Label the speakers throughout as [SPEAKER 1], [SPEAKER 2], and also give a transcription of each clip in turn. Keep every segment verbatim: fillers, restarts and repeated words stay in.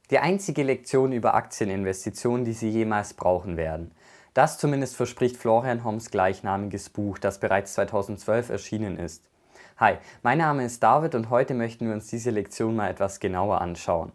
[SPEAKER 1] Die einzige Lektion über Aktieninvestitionen, die Sie jemals brauchen werden. Das zumindest verspricht Florian Homms gleichnamiges Buch, das bereits zweitausendzwölf erschienen ist. Hi, mein Name ist David und heute möchten wir uns diese Lektion mal etwas genauer anschauen.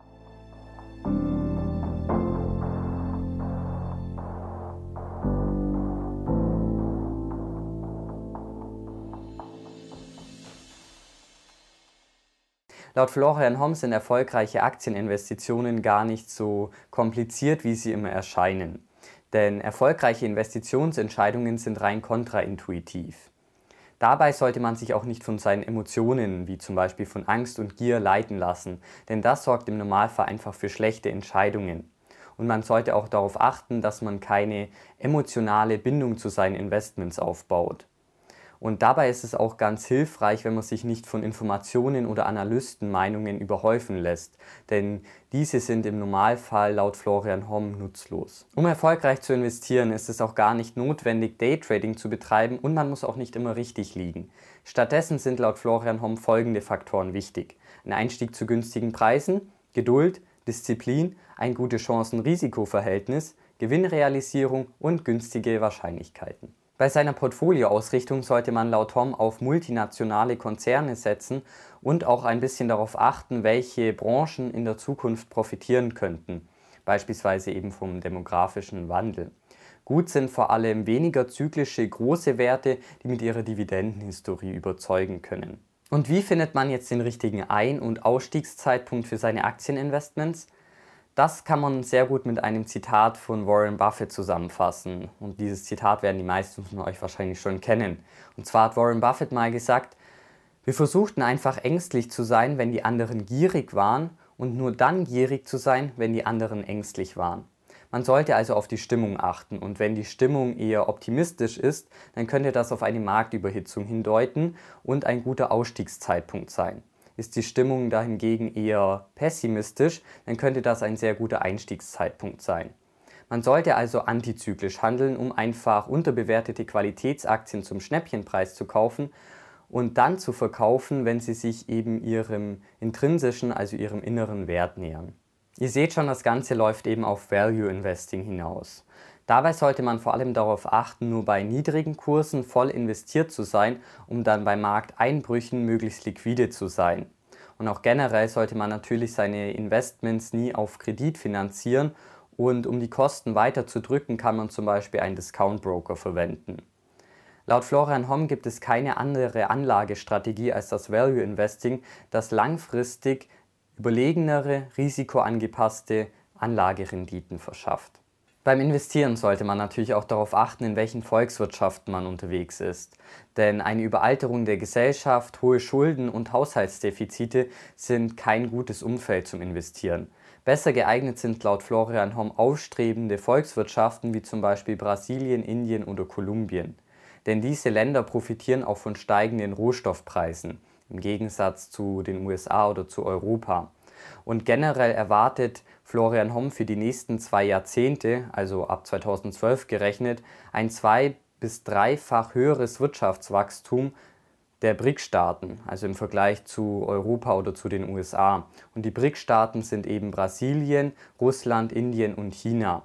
[SPEAKER 1] Laut Florian Homm sind erfolgreiche Aktieninvestitionen gar nicht so kompliziert, wie sie immer erscheinen. Denn erfolgreiche Investitionsentscheidungen sind rein kontraintuitiv. Dabei sollte man sich auch nicht von seinen Emotionen, wie zum Beispiel von Angst und Gier, leiten lassen, denn das sorgt im Normalfall einfach für schlechte Entscheidungen. Und man sollte auch darauf achten, dass man keine emotionale Bindung zu seinen Investments aufbaut. Und dabei ist es auch ganz hilfreich, wenn man sich nicht von Informationen oder Analystenmeinungen überhäufen lässt, denn diese sind im Normalfall laut Florian Homm nutzlos. Um erfolgreich zu investieren, ist es auch gar nicht notwendig, Daytrading zu betreiben und man muss auch nicht immer richtig liegen. Stattdessen sind laut Florian Homm folgende Faktoren wichtig: ein Einstieg zu günstigen Preisen, Geduld, Disziplin, ein gutes Chancen-Risiko-Verhältnis, Gewinnrealisierung und günstige Wahrscheinlichkeiten. Bei seiner Portfolioausrichtung sollte man laut Homm auf multinationale Konzerne setzen und auch ein bisschen darauf achten, welche Branchen in der Zukunft profitieren könnten, beispielsweise eben vom demografischen Wandel. Gut sind vor allem weniger zyklische große Werte, die mit ihrer Dividendenhistorie überzeugen können. Und wie findet man jetzt den richtigen Ein- und Ausstiegszeitpunkt für seine Aktieninvestments? Das kann man sehr gut mit einem Zitat von Warren Buffett zusammenfassen. Und dieses Zitat werden die meisten von euch wahrscheinlich schon kennen. Und zwar hat Warren Buffett mal gesagt: Wir versuchten einfach ängstlich zu sein, wenn die anderen gierig waren, und nur dann gierig zu sein, wenn die anderen ängstlich waren. Man sollte also auf die Stimmung achten, und wenn die Stimmung eher optimistisch ist, dann könnte das auf eine Marktüberhitzung hindeuten und ein guter Ausstiegszeitpunkt sein. Ist die Stimmung dahingegen eher pessimistisch, dann könnte das ein sehr guter Einstiegszeitpunkt sein. Man sollte also antizyklisch handeln, um einfach unterbewertete Qualitätsaktien zum Schnäppchenpreis zu kaufen und dann zu verkaufen, wenn sie sich eben ihrem intrinsischen, also ihrem inneren Wert nähern. Ihr seht schon, das Ganze läuft eben auf Value Investing hinaus. Dabei sollte man vor allem darauf achten, nur bei niedrigen Kursen voll investiert zu sein, um dann bei Markteinbrüchen möglichst liquide zu sein. Und auch generell sollte man natürlich seine Investments nie auf Kredit finanzieren, und um die Kosten weiter zu drücken, kann man zum Beispiel einen Discount Broker verwenden. Laut Florian Homm gibt es keine andere Anlagestrategie als das Value Investing, das langfristig überlegenere, risikoangepasste Anlagerenditen verschafft. Beim Investieren sollte man natürlich auch darauf achten, in welchen Volkswirtschaften man unterwegs ist. Denn eine Überalterung der Gesellschaft, hohe Schulden und Haushaltsdefizite sind kein gutes Umfeld zum Investieren. Besser geeignet sind laut Florian Homm aufstrebende Volkswirtschaften wie zum Beispiel Brasilien, Indien oder Kolumbien. Denn diese Länder profitieren auch von steigenden Rohstoffpreisen, im Gegensatz zu den U S A oder zu Europa. Und generell erwartet Florian Homm für die nächsten zwei Jahrzehnte, also ab zweitausendzwölf gerechnet, ein zwei- bis dreifach höheres Wirtschaftswachstum der B R I C-Staaten, also im Vergleich zu Europa oder zu den U S A. Und die B R I C-Staaten sind eben Brasilien, Russland, Indien und China.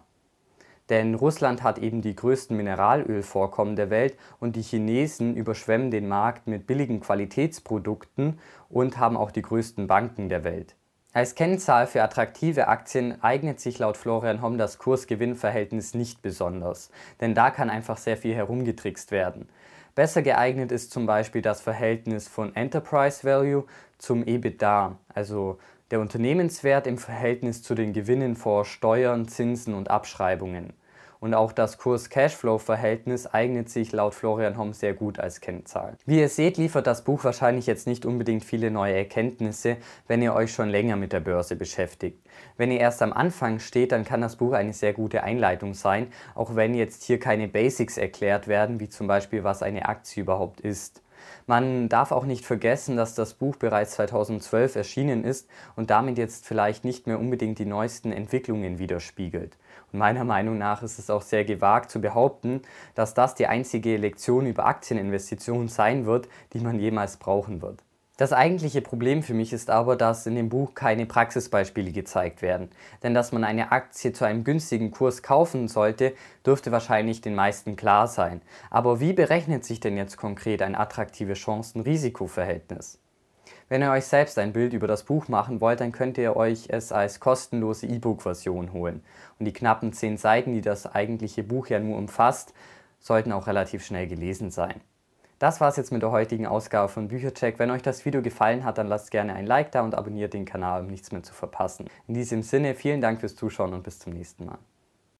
[SPEAKER 1] Denn Russland hat eben die größten Mineralölvorkommen der Welt und die Chinesen überschwemmen den Markt mit billigen Qualitätsprodukten und haben auch die größten Banken der Welt. Als Kennzahl für attraktive Aktien eignet sich laut Florian Homm das Kurs-Gewinn-Verhältnis nicht besonders, denn da kann einfach sehr viel herumgetrickst werden. Besser geeignet ist zum Beispiel das Verhältnis von Enterprise Value zum EBITDA, also der Unternehmenswert im Verhältnis zu den Gewinnen vor Steuern, Zinsen und Abschreibungen. Und auch das Kurs-Cashflow-Verhältnis eignet sich laut Florian Homm sehr gut als Kennzahl. Wie ihr seht, liefert das Buch wahrscheinlich jetzt nicht unbedingt viele neue Erkenntnisse, wenn ihr euch schon länger mit der Börse beschäftigt. Wenn ihr erst am Anfang steht, dann kann das Buch eine sehr gute Einleitung sein, auch wenn jetzt hier keine Basics erklärt werden, wie zum Beispiel, was eine Aktie überhaupt ist. Man darf auch nicht vergessen, dass das Buch bereits zweitausendzwölf erschienen ist und damit jetzt vielleicht nicht mehr unbedingt die neuesten Entwicklungen widerspiegelt. Und meiner Meinung nach ist es auch sehr gewagt zu behaupten, dass das die einzige Lektion über Aktieninvestitionen sein wird, die man jemals brauchen wird. Das eigentliche Problem für mich ist aber, dass in dem Buch keine Praxisbeispiele gezeigt werden. Denn dass man eine Aktie zu einem günstigen Kurs kaufen sollte, dürfte wahrscheinlich den meisten klar sein. Aber wie berechnet sich denn jetzt konkret ein attraktives Chancen-Risiko-Verhältnis? Wenn ihr euch selbst ein Bild über das Buch machen wollt, dann könnt ihr euch es als kostenlose E-Book-Version holen. Und die knappen zehn Seiten, die das eigentliche Buch ja nur umfasst, sollten auch relativ schnell gelesen sein. Das war's jetzt mit der heutigen Ausgabe von Büchercheck. Wenn euch das Video gefallen hat, dann lasst gerne ein Like da und abonniert den Kanal, um nichts mehr zu verpassen. In diesem Sinne, vielen Dank fürs Zuschauen und bis zum nächsten Mal.